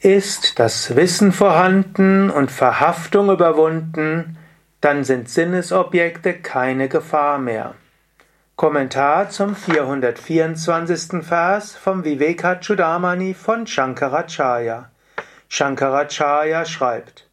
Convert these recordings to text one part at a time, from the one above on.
Ist das Wissen vorhanden und Verhaftung überwunden, dann sind Sinnesobjekte keine Gefahr mehr. Kommentar zum 424. Vers vom Vivekachudamani von Shankaracharya. Shankaracharya schreibt: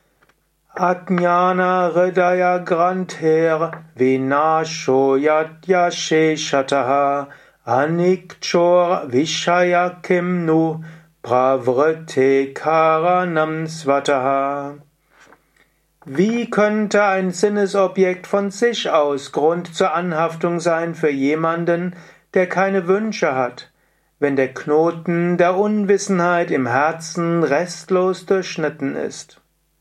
Ajnana Hridaya Granther Vinasho Yatya Sheshataha Anikchor Vishaya Kimnu Pravrite Karanam Svataha. Wie könnte ein Sinnesobjekt von sich aus Grund zur Anhaftung sein für jemanden, der keine Wünsche hat, wenn der Knoten der Unwissenheit im Herzen restlos durchschnitten ist?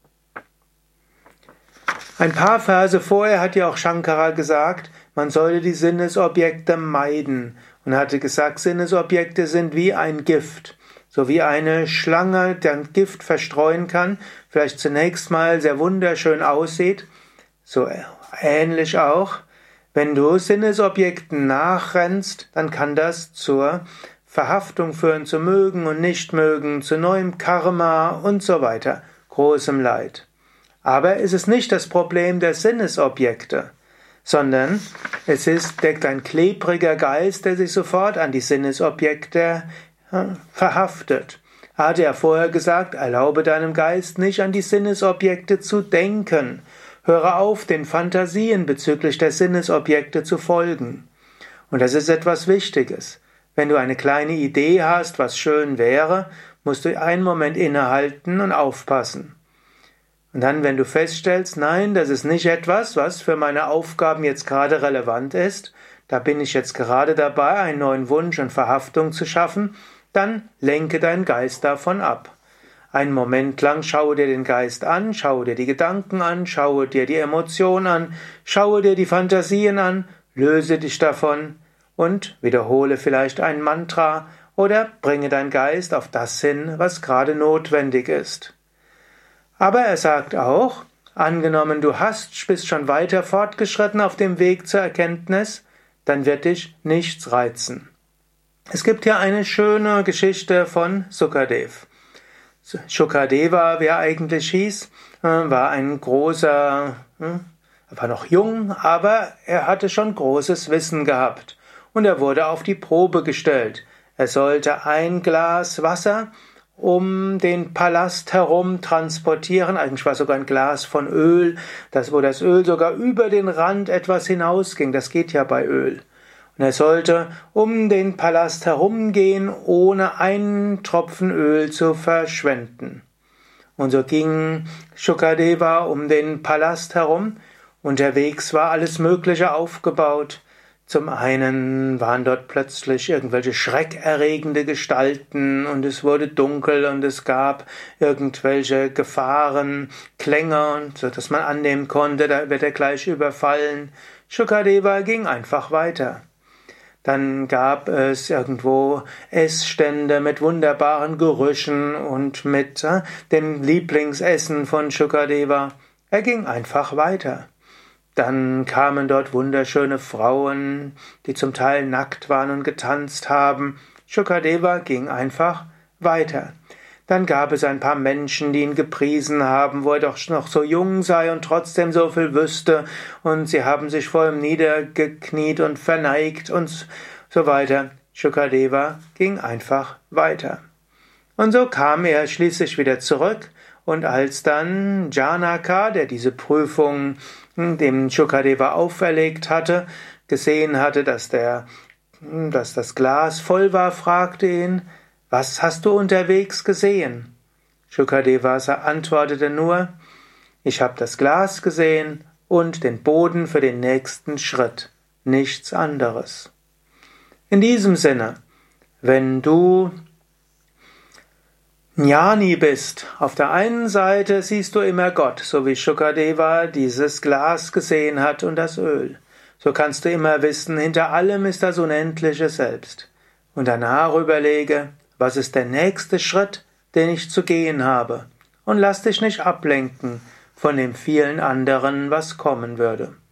Ein paar Verse vorher hat ja auch Shankara gesagt, man solle die Sinnesobjekte meiden und hatte gesagt, Sinnesobjekte sind wie ein Gift. So wie eine Schlange dann Gift verstreuen kann, vielleicht zunächst mal sehr wunderschön aussieht, so ähnlich auch, wenn du Sinnesobjekten nachrennst, dann kann das zur Verhaftung führen, zu mögen und nicht mögen, zu neuem Karma und so weiter, großem Leid. Aber es ist nicht das Problem der Sinnesobjekte, sondern es ist ein klebriger Geist, der sich sofort an die Sinnesobjekte verhaftet. Er hatte ja vorher gesagt, erlaube deinem Geist nicht an die Sinnesobjekte zu denken. Höre auf, den Fantasien bezüglich der Sinnesobjekte zu folgen. Und das ist etwas Wichtiges. Wenn du eine kleine Idee hast, was schön wäre, musst du einen Moment innehalten und aufpassen. Und dann, wenn du feststellst, nein, das ist nicht etwas, was für meine Aufgaben jetzt gerade relevant ist, da bin ich jetzt gerade dabei, einen neuen Wunsch und Verhaftung zu schaffen, dann lenke deinen Geist davon ab. Einen Moment lang schaue dir den Geist an, schaue dir die Gedanken an, schaue dir die Emotionen an, schaue dir die Fantasien an, löse dich davon und wiederhole vielleicht ein Mantra oder bringe deinen Geist auf das hin, was gerade notwendig ist. Aber er sagt auch, angenommen bist schon weiter fortgeschritten auf dem Weg zur Erkenntnis, dann wird dich nichts reizen. Es gibt hier eine schöne Geschichte von Sukadev. Shukadeva, wie er eigentlich hieß, war ein großer, er war noch jung, aber er hatte schon großes Wissen gehabt. Und er wurde auf die Probe gestellt. Er sollte ein Glas Wasser um den Palast herum transportieren. Eigentlich war sogar ein Glas von Öl, wo das Öl sogar über den Rand etwas hinausging. Das geht ja bei Öl. Und er sollte um den Palast herumgehen, ohne einen Tropfen Öl zu verschwenden. Und so ging Shukadeva um den Palast herum. Unterwegs war alles Mögliche aufgebaut. Zum einen waren dort plötzlich irgendwelche schreckerregende Gestalten und es wurde dunkel und es gab irgendwelche Gefahren, Klänge, so dass man annehmen konnte, da wird er gleich überfallen. Shukadeva ging einfach weiter. Dann gab es irgendwo Essstände mit wunderbaren Gerüchen und mit dem Lieblingsessen von Shukadeva. Er ging einfach weiter. Dann kamen dort wunderschöne Frauen, die zum Teil nackt waren und getanzt haben. Shukadeva ging einfach weiter. Dann gab es ein paar Menschen, die ihn gepriesen haben, wo er doch noch so jung sei und trotzdem so viel wüsste, und sie haben sich vor ihm niedergekniet und verneigt und so weiter. Shukadeva ging einfach weiter. Und so kam er schließlich wieder zurück, und als dann Janaka, der diese Prüfung dem Shukadeva auferlegt hatte, gesehen hatte, dass das Glas voll war, fragte ihn: Was hast du unterwegs gesehen? Shukadeva antwortete nur: Ich habe das Glas gesehen und den Boden für den nächsten Schritt, nichts anderes. In diesem Sinne, wenn du Jnani bist, auf der einen Seite siehst du immer Gott, so wie Shukadeva dieses Glas gesehen hat und das Öl. So kannst du immer wissen, hinter allem ist das unendliche Selbst. Und danach überlege, was ist der nächste Schritt, den ich zu gehen habe? Und lass dich nicht ablenken von dem vielen anderen, was kommen würde.